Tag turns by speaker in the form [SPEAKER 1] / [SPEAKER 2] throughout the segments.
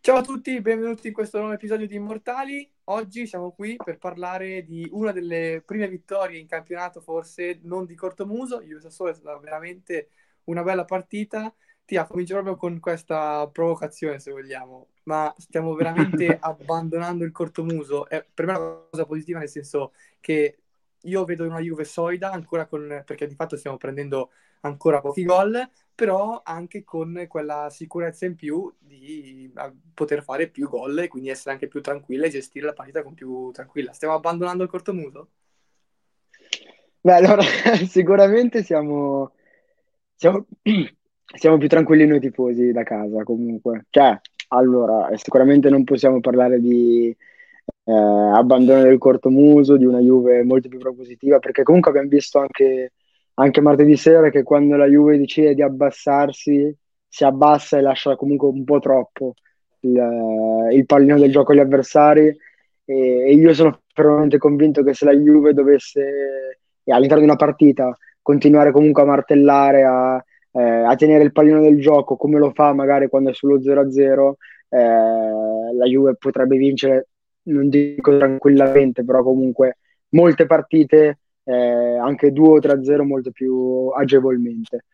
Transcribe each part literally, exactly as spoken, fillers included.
[SPEAKER 1] Ciao a tutti, benvenuti in questo nuovo episodio di Immortali. Oggi siamo qui per parlare di una delle prime vittorie in campionato, forse non di cortomuso. Juve Sassuolo è stata veramente una bella partita. Tia, comincio proprio con questa provocazione, se vogliamo. Ma stiamo veramente abbandonando il cortomuso? È per me è una cosa positiva, nel senso che io vedo una Juve solida, ancora con, perché di fatto stiamo prendendo ancora pochi gol, però anche con quella sicurezza in più di eh, poter fare più gol e quindi essere anche più tranquilla e gestire la partita con più tranquilla. Stiamo abbandonando il cortomuso?
[SPEAKER 2] Beh, allora, sicuramente siamo, siamo, siamo più tranquilli noi tifosi da casa, comunque. Cioè, allora, eh, sicuramente non possiamo parlare di eh, abbandono del cortomuso, di una Juve molto più propositiva, perché comunque abbiamo visto anche, anche martedì sera che quando la Juve decide di abbassarsi, si abbassa e lascia comunque un po' troppo il, eh, il pallino del gioco agli avversari. E, e io sono fermamente convinto che se la Juve dovesse e all'interno di una partita continuare comunque a martellare, a, eh, a tenere il pallino del gioco come lo fa magari quando è sullo zero a zero, eh, la Juve potrebbe vincere, non dico tranquillamente, però comunque molte partite, eh, anche due o tre a zero molto più agevolmente.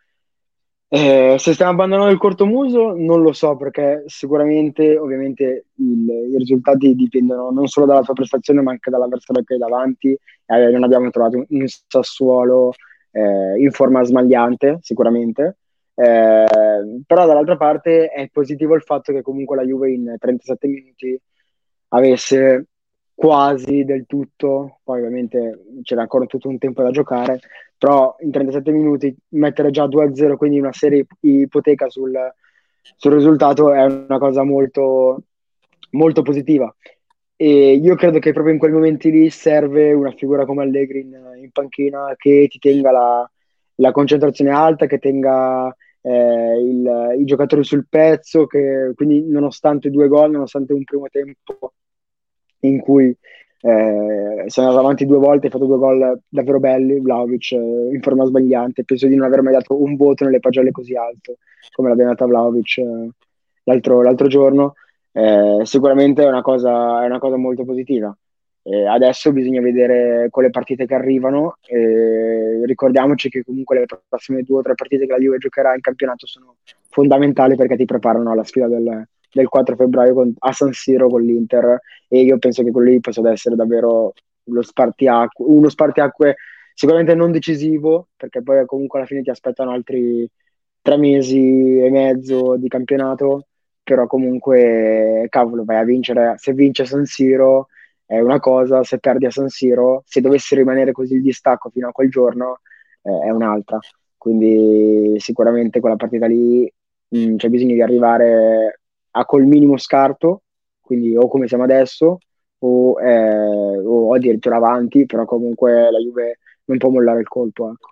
[SPEAKER 2] Eh, se stiamo abbandonando il cortomuso, non lo so, perché sicuramente, ovviamente, il- i risultati dipendono non solo dalla tua prestazione, ma anche dall'avversario che hai davanti. Eh, non abbiamo trovato un, un Sassuolo eh, in forma smagliante, sicuramente. Eh, Però dall'altra parte è positivo il fatto che comunque la Juve in trentasette minuti avesse quasi del tutto, poi ovviamente c'era ancora tutto un tempo da giocare, però in trentasette minuti mettere già due a zero, quindi una serie ipoteca sul, sul risultato è una cosa molto, molto positiva. E io credo che proprio in quei momenti lì serve una figura come Allegri in, in panchina che ti tenga la, la concentrazione alta, che tenga eh, il- i giocatori sul pezzo, che quindi nonostante due gol, nonostante un primo tempo in cui eh, siamo andati avanti due volte, ha fatto due gol davvero belli, Vlahovic eh, in forma sbagliante, penso di non aver mai dato un voto nelle pagelle così alto come l'abbiamo data Vlahovic eh, l'altro, l'altro giorno. Eh, sicuramente è una cosa, è una cosa molto positiva. Eh, adesso bisogna vedere con le partite che arrivano. Eh, ricordiamoci che comunque le prossime due o tre partite che la Juve giocherà in campionato sono fondamentali perché ti preparano alla sfida del, del quattro febbraio con- a San Siro con l'Inter, e io penso che quello lì possa essere davvero lo spartiacque, uno spartiacque sicuramente non decisivo, perché poi comunque alla fine ti aspettano altri tre mesi e mezzo di campionato, però comunque, cavolo, vai a vincere, se vince San Siro è una cosa, se perdi a San Siro, se dovesse rimanere così il distacco fino a quel giorno, eh, è un'altra. Quindi sicuramente quella partita lì mh, c'è bisogno di arrivare a col minimo scarto, quindi o come siamo adesso, o, eh, o addirittura avanti, però comunque la Juve non può mollare il colpo, ecco.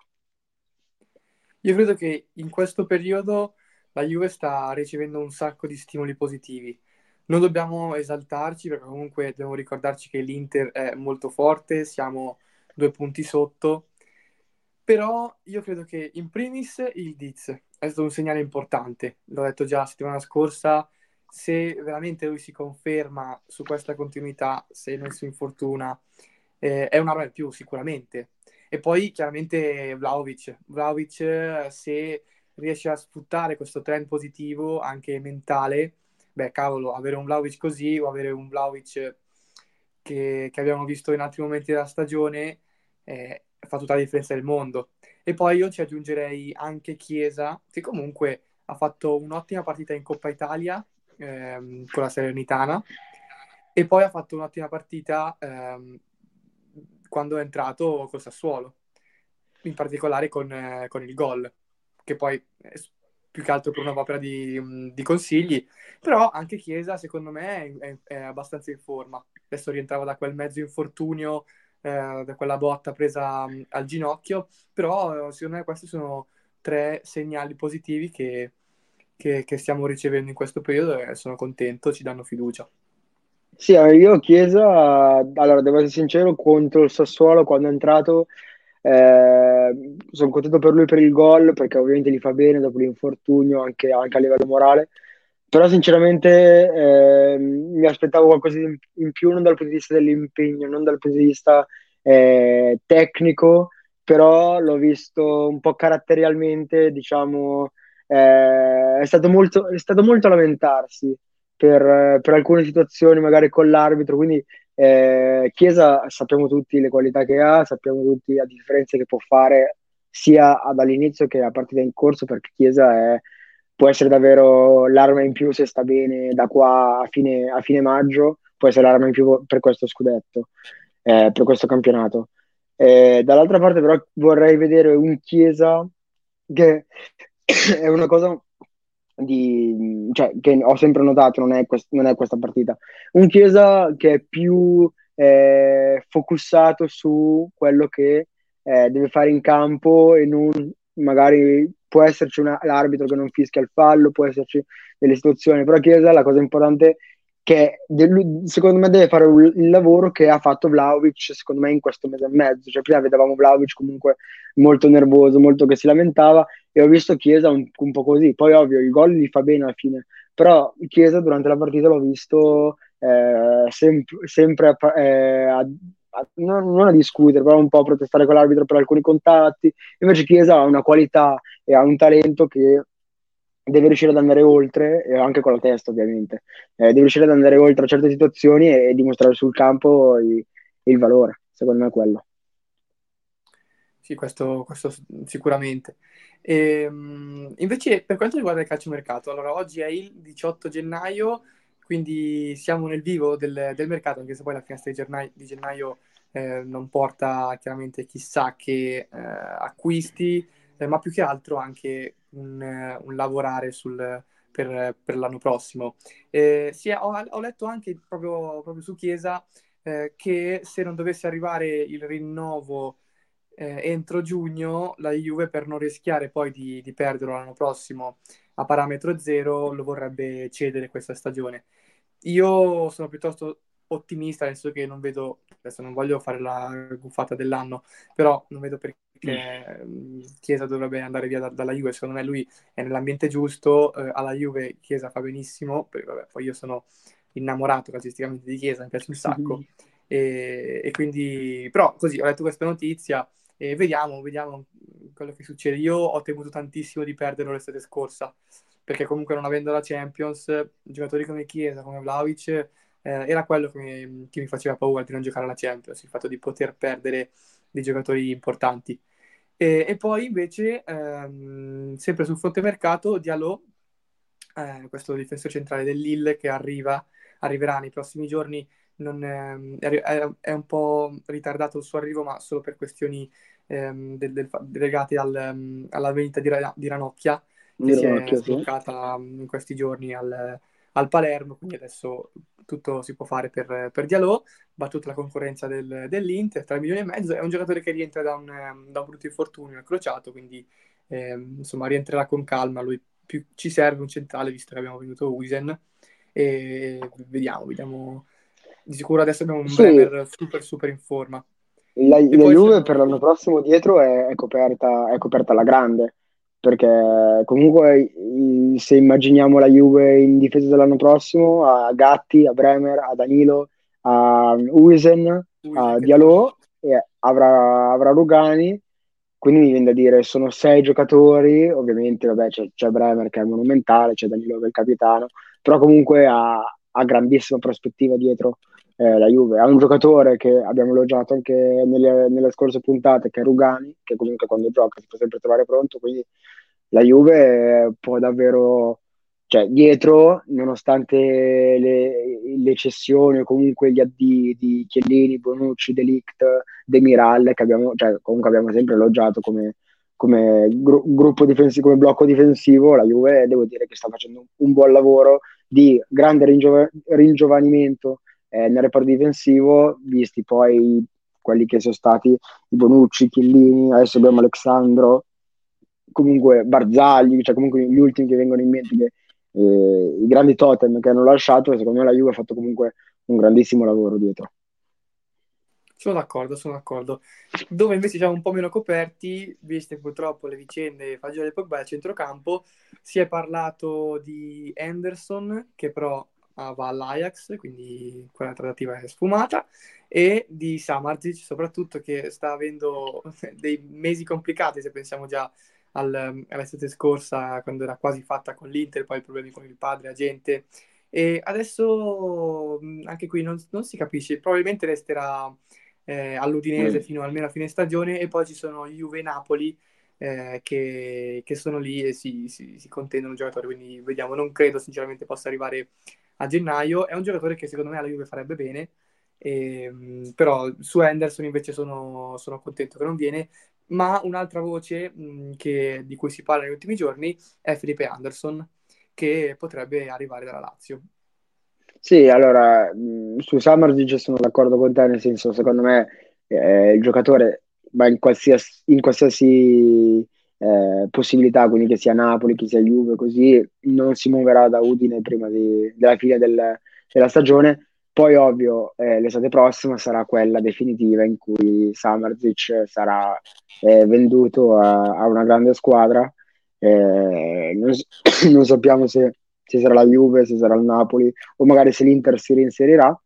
[SPEAKER 1] Io credo che in questo periodo la Juve sta ricevendo un sacco di stimoli positivi. Non dobbiamo esaltarci perché comunque dobbiamo ricordarci che l'Inter è molto forte, siamo due punti sotto, però io credo che in primis il Diz è stato un segnale importante, l'ho detto già la settimana scorsa, se veramente lui si conferma su questa continuità, se non si infortuna, eh, è un'arma in più sicuramente. E poi chiaramente Vlahovic, Vlahovic eh, se riesce a sfruttare questo trend positivo anche mentale, beh cavolo, avere un Vlahovic così o avere un Vlahovic che, che abbiamo visto in altri momenti della stagione eh, fa tutta la differenza del mondo. E poi io ci aggiungerei anche Chiesa, che comunque ha fatto un'ottima partita in Coppa Italia ehm, con la Salernitana e poi ha fatto un'ottima partita ehm, quando è entrato col Sassuolo, in particolare con, eh, con il gol, che poi è s- più che altro per una opera di, mh, di consigli, però anche Chiesa secondo me è, è- è abbastanza in forma. Adesso rientrava da quel mezzo infortunio, eh, da quella botta presa mh, al ginocchio, però eh, secondo me questi sono tre segnali positivi che, che- che stiamo ricevendo in questo periodo e sono contento, ci danno fiducia.
[SPEAKER 2] Sì, eh, io Chiesa, allora devo essere sincero, contro il Sassuolo quando è entrato, eh, sono contento per lui per il gol, perché ovviamente gli fa bene dopo l'infortunio anche, anche a livello morale, Però sinceramente eh, mi aspettavo qualcosa di in più, non dal punto di vista dell'impegno, non dal punto di vista eh, tecnico, però l'ho visto un po' caratterialmente, diciamo, eh, è stato molto, è stato molto a lamentarsi per, per alcune situazioni, magari con l'arbitro, quindi eh, Chiesa sappiamo tutti le qualità che ha, sappiamo tutti la differenza che può fare sia dall'inizio che a partita in corso, perché Chiesa è può essere davvero l'arma in più se sta bene da qua a fine, a fine maggio, può essere l'arma in più per questo scudetto, eh, per questo campionato. Eh, dall'altra parte però vorrei vedere un Chiesa che è una cosa di, cioè, che ho sempre notato, non è, quest- non è questa partita, un Chiesa che è più eh, focussato su quello che eh, deve fare in campo e non magari può esserci una- l'arbitro che non fischia il fallo, può esserci delle situazioni, però Chiesa la cosa importante che de- secondo me deve fare un- il lavoro che ha fatto Vlahovic secondo me in questo mese e mezzo, cioè prima vedevamo Vlahovic comunque molto nervoso, molto che si lamentava e ho visto Chiesa un, un po' così, poi ovvio il gol gli fa bene alla fine, però Chiesa durante la partita l'ho visto eh, sem- sempre a, eh, a- a- non, non a discutere, però un po' a protestare con l'arbitro per alcuni contatti. Invece Chiesa ha una qualità e ha un talento che deve riuscire ad andare oltre, e anche con la testa ovviamente, eh, deve riuscire ad andare oltre a certe situazioni e, e dimostrare sul campo i- il valore, secondo me è quello.
[SPEAKER 1] Sì, questo, questo s- sicuramente. Ehm, invece, per quanto riguarda il calciomercato, allora oggi è il diciotto gennaio, quindi siamo nel vivo del, del mercato, anche se poi la finestra di gennaio, di gennaio eh, non porta chiaramente chissà che eh, acquisti, eh, ma più che altro anche un, eh, un lavorare sul- per, per l'anno prossimo. Eh, sì, ho, ho letto anche proprio, proprio su Chiesa eh, che se non dovesse arrivare il rinnovo eh, entro giugno, la Juve per non rischiare poi di, di perderlo l'anno prossimo a parametro zero lo vorrebbe cedere questa stagione. Io sono piuttosto ottimista, nel senso che non vedo, adesso non voglio fare la guffata dell'anno, però non vedo perché mh, Chiesa dovrebbe andare via da- dalla Juve. Secondo me lui è nell'ambiente giusto, eh, alla Juve Chiesa fa benissimo, perché vabbè, poi io sono innamorato calcisticamente di Chiesa, mi piace un sacco. E, e quindi, però così, ho letto questa notizia e vediamo, vediamo quello che succede. Io ho temuto tantissimo di perderlo l'estate scorsa, perché comunque non avendo la Champions, giocatori come Chiesa, come Vlahovic, eh, era quello che mi, che mi faceva paura di non giocare alla Champions, il fatto di poter perdere dei giocatori importanti. E, e poi invece, ehm, sempre sul fronte mercato, Diallo, eh, questo difensore centrale del Lille che arriva, arriverà nei prossimi giorni, non, ehm, è, è- è un po' ritardato il suo arrivo, ma solo per questioni ehm, del- del- legate al, ehm, alla vendita di, Ra- di Ranocchia, che
[SPEAKER 2] Mi
[SPEAKER 1] si è
[SPEAKER 2] Ranocchio, sì.
[SPEAKER 1] sbloccata mm, in questi giorni al, al Palermo, quindi adesso tutto si può fare per, per Diallo, battuta la concorrenza del- dell'Inter, tre milioni e mezzo, è un giocatore che rientra da un, ehm, da un brutto infortunio al crociato, quindi ehm, insomma rientrerà con calma, lui più ci serve un centrale visto che abbiamo venuto Wisen e vediamo, vediamo. Di sicuro adesso abbiamo un
[SPEAKER 2] Sì,
[SPEAKER 1] Bremer super super in forma.
[SPEAKER 2] La,
[SPEAKER 1] E
[SPEAKER 2] la
[SPEAKER 1] poi
[SPEAKER 2] Juve per
[SPEAKER 1] siamo...
[SPEAKER 2] l'anno prossimo dietro è, è coperta, è coperta alla grande, perché comunque i- se immaginiamo la Juve in difesa dell'anno prossimo, a Gatti, a Bremer, a Danilo, a Huijsen,
[SPEAKER 1] Wisen
[SPEAKER 2] a
[SPEAKER 1] che torna.
[SPEAKER 2] Diallo, e avrà, avrà Rugani, quindi mi viene da dire sono sei giocatori, ovviamente vabbè, c'è, c'è Bremer che è monumentale, c'è Danilo che è il capitano, però comunque ha, ha grandissima prospettiva dietro eh, la Juve. Ha un giocatore che abbiamo elogiato anche nelle, nelle scorse puntate, che è Rugani, che comunque quando gioca si può sempre trovare pronto, quindi la Juve eh, può davvero, cioè dietro, nonostante le, le cessioni o comunque gli addii di Chiellini, Bonucci, De Ligt, Demiral, che abbiamo, cioè, comunque abbiamo sempre elogiato come, come gru- gruppo difensivo, come blocco difensivo, la Juve devo dire che sta facendo un buon lavoro di grande ringiova- ringiovanimento eh, nel reparto difensivo, visti poi quelli che sono stati i Bonucci, Chiellini, adesso abbiamo Alexandro, comunque Barzagli, cioè comunque gli ultimi che vengono in mente, che, eh, i grandi totem che hanno lasciato, e secondo me la Juve ha fatto comunque un grandissimo lavoro dietro.
[SPEAKER 1] Sono d'accordo, sono d'accordo. Dove invece siamo un po' meno coperti, viste purtroppo le vicende Fagioli e Pogba al centrocampo, si è parlato di Henderson, che però ah, va all'Ajax, quindi quella trattativa è sfumata, e di Samardzic, soprattutto, che sta avendo dei mesi complicati, se pensiamo già al- all'estate scorsa, quando era quasi fatta con l'Inter, poi problemi con il padre, agente. E adesso mh, anche qui non, non si capisce, probabilmente resterà eh, all'Udinese
[SPEAKER 2] Mm.
[SPEAKER 1] fino almeno a fine stagione e poi ci sono Juve e Napoli eh, che, che sono lì e si, si, si contendono il giocatore, quindi vediamo, non credo sinceramente possa arrivare a gennaio, è un giocatore che secondo me alla Juve farebbe bene, e, mh, però su Henderson invece sono, sono contento che non viene, ma un'altra voce mh, che- di cui si parla negli ultimi giorni è Felipe Anderson, che potrebbe arrivare dalla Lazio.
[SPEAKER 2] Sì, allora, mh, su Summerzic sono d'accordo con te, nel senso, secondo me eh, il giocatore va in qualsiasi, in qualsiasi eh, possibilità, quindi che sia Napoli, che sia Juve, così non si muoverà da Udine prima di- della fine del- della stagione. Poi, ovvio, eh, l'estate prossima sarà quella definitiva in cui Summerzic sarà eh, venduto a, a una grande squadra. Eh, non, s- non sappiamo se se sarà la Juve, se sarà il Napoli o magari se l'Inter si reinserirà,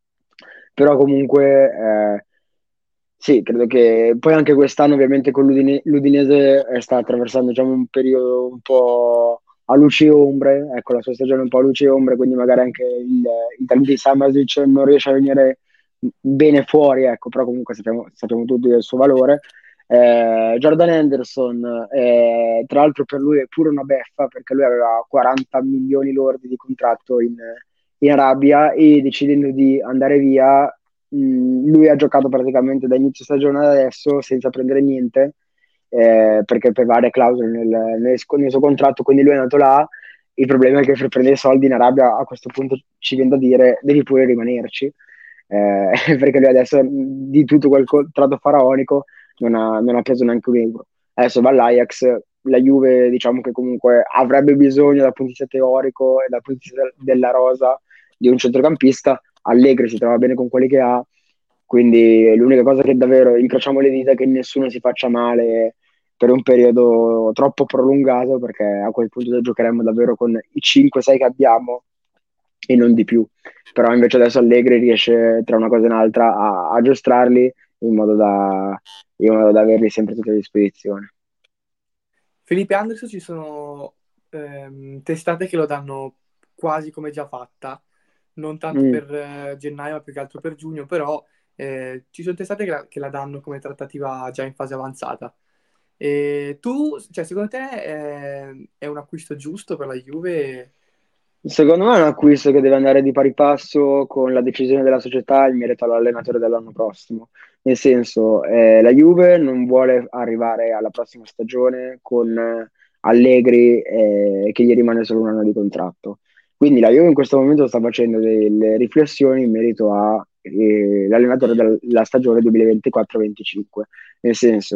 [SPEAKER 2] però comunque eh, sì, credo che poi anche quest'anno ovviamente con l'Udine- l'Udinese eh, sta attraversando diciamo, un periodo un po' a luci e ombre, ecco la sua stagione è un po' a luci e ombre, quindi magari anche il, il talento di Samasic non riesce a venire bene fuori, ecco, però comunque sappiamo, sappiamo tutti del suo valore. Eh, Jordan Henderson, eh, tra l'altro per lui è pure una beffa perché lui aveva quaranta milioni lordi di contratto in, in Arabia e decidendo di andare via, mh, lui ha giocato praticamente da inizio stagione ad adesso senza prendere niente, eh, perché per varie clausole nel, nel, nel suo contratto, quindi lui è andato là. Il problema è che per prendere soldi in Arabia a questo punto ci viene da dire devi pure rimanerci, eh, perché lui adesso di tutto quel contratto faraonico non ha, non ha preso neanche un euro. Adesso va all'Ajax, la Juve diciamo che comunque avrebbe bisogno dal punto di vista teorico e dal punto di vista della rosa di un centrocampista. Allegri si trova bene con quelli che ha, quindi l'unica cosa che davvero incrociamo le dita è che nessuno si faccia male per un periodo troppo prolungato, perché a quel punto giocheremo davvero con i cinque sei che abbiamo e non di più. Però invece adesso Allegri riesce tra una cosa e un'altra a, a giostrarli in modo da, in modo da averli sempre tutti a disposizione.
[SPEAKER 1] Felipe Anderson ci sono ehm, testate che lo danno quasi come già fatta, non tanto
[SPEAKER 2] Mm.
[SPEAKER 1] per eh, gennaio, ma più che altro per giugno, però eh, ci sono testate che la, che la danno come trattativa già in fase avanzata. E tu, cioè, secondo te è, è un acquisto giusto per la Juve?
[SPEAKER 2] Secondo me è un acquisto che deve andare di pari passo con la decisione della società in merito all'allenatore dell'anno prossimo. Nel senso, eh, la Juve non vuole arrivare alla prossima stagione con eh, Allegri eh, che gli rimane solo un anno di contratto. Quindi la Juve in questo momento sta facendo delle riflessioni in merito all'allenatore della stagione duemilaventiquattro venticinque. Nel senso,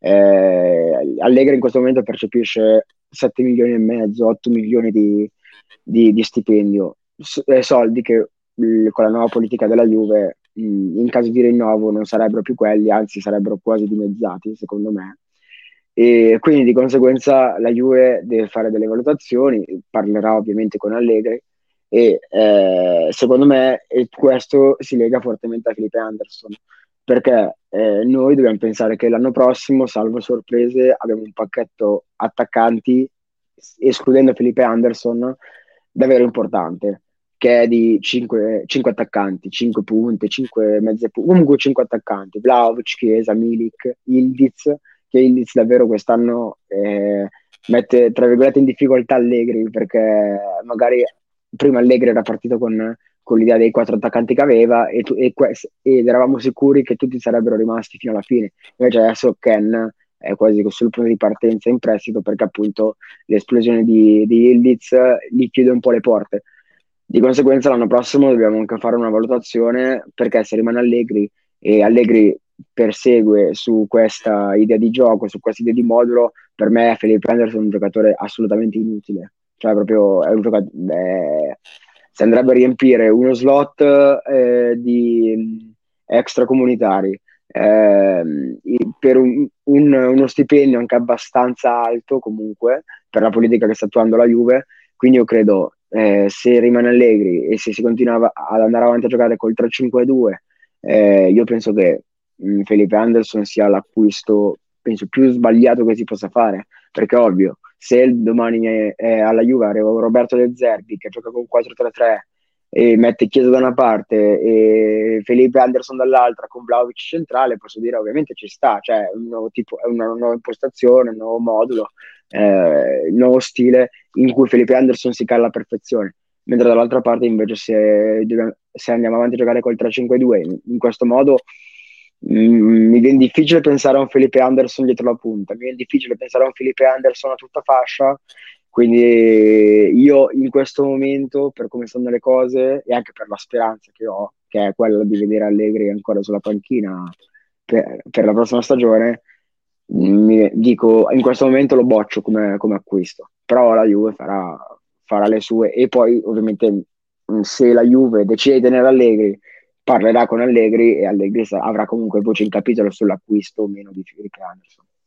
[SPEAKER 2] eh, Allegri in questo momento percepisce sette milioni e mezzo, otto milioni di di, di stipendio, S- eh, soldi che mh, con la nuova politica della Juve mh, in caso di rinnovo non sarebbero più quelli, anzi sarebbero quasi dimezzati, secondo me. E quindi di conseguenza la Juve deve fare delle valutazioni, parlerà ovviamente con Allegri e eh, secondo me e questo si lega fortemente a Felipe Anderson perché eh, noi dobbiamo pensare che l'anno prossimo, salvo sorprese, abbiamo un pacchetto attaccanti, escludendo Felipe Anderson, davvero importante, che è di cinque attaccanti, cinque punte, cinque mezze punte, comunque cinque attaccanti, Vlahovic, Chiesa, Milik, Ildiz, che Ildiz davvero quest'anno eh, mette, tra virgolette, in difficoltà Allegri, perché magari prima Allegri era partito con con l'idea dei quattro attaccanti che aveva e tu- e que- ed eravamo sicuri che tutti sarebbero rimasti fino alla fine. Invece adesso Ken è quasi sul punto di partenza in prestito perché appunto l'esplosione di, di Yildiz gli chiude un po' le porte. Di conseguenza l'anno prossimo dobbiamo anche fare una valutazione perché se rimane Allegri e Allegri persegue su questa idea di gioco, su questa idea di modulo, per me Felipe Anderson è un giocatore assolutamente inutile. Cioè proprio è un giocatore... Se andrebbe a riempire uno slot eh, di, extracomunitari, ehm, i- per un- un- uno stipendio anche abbastanza alto comunque per la politica che sta attuando la Juve. Quindi io credo, eh, se rimane Allegri e se si continua ad andare avanti a giocare col tre cinque due, eh, io penso che mh, Felipe Anderson sia l'acquisto, penso, più sbagliato che si possa fare, perché ovvio, se domani è, è alla Juve arriva Roberto De Zerbi che gioca con quattro tre tre e mette Chiesa da una parte e Felipe Anderson dall'altra con Vlahovic centrale, posso dire ovviamente ci sta, cioè è un nuovo tipo, è una nuova impostazione, un nuovo modulo, eh, il nuovo stile in cui Felipe Anderson si cala alla perfezione, mentre dall'altra parte invece se, se andiamo avanti a giocare col tre cinque due in, in questo modo, mh, mi viene difficile pensare a un Felipe Anderson dietro la punta, mi viene difficile pensare a un Felipe Anderson a tutta fascia. Quindi io in questo momento, per come stanno le cose e anche per la speranza che ho, che è quella di vedere Allegri ancora sulla panchina per, per la prossima stagione, mi dico in questo momento lo boccio come, come acquisto. Però la Juve farà, farà le sue e poi ovviamente mh, se la Juve decide di tenere Allegri, parlerà con Allegri e Allegri sa- avrà comunque voce in capitolo sull'acquisto o meno di Felipe Anderson.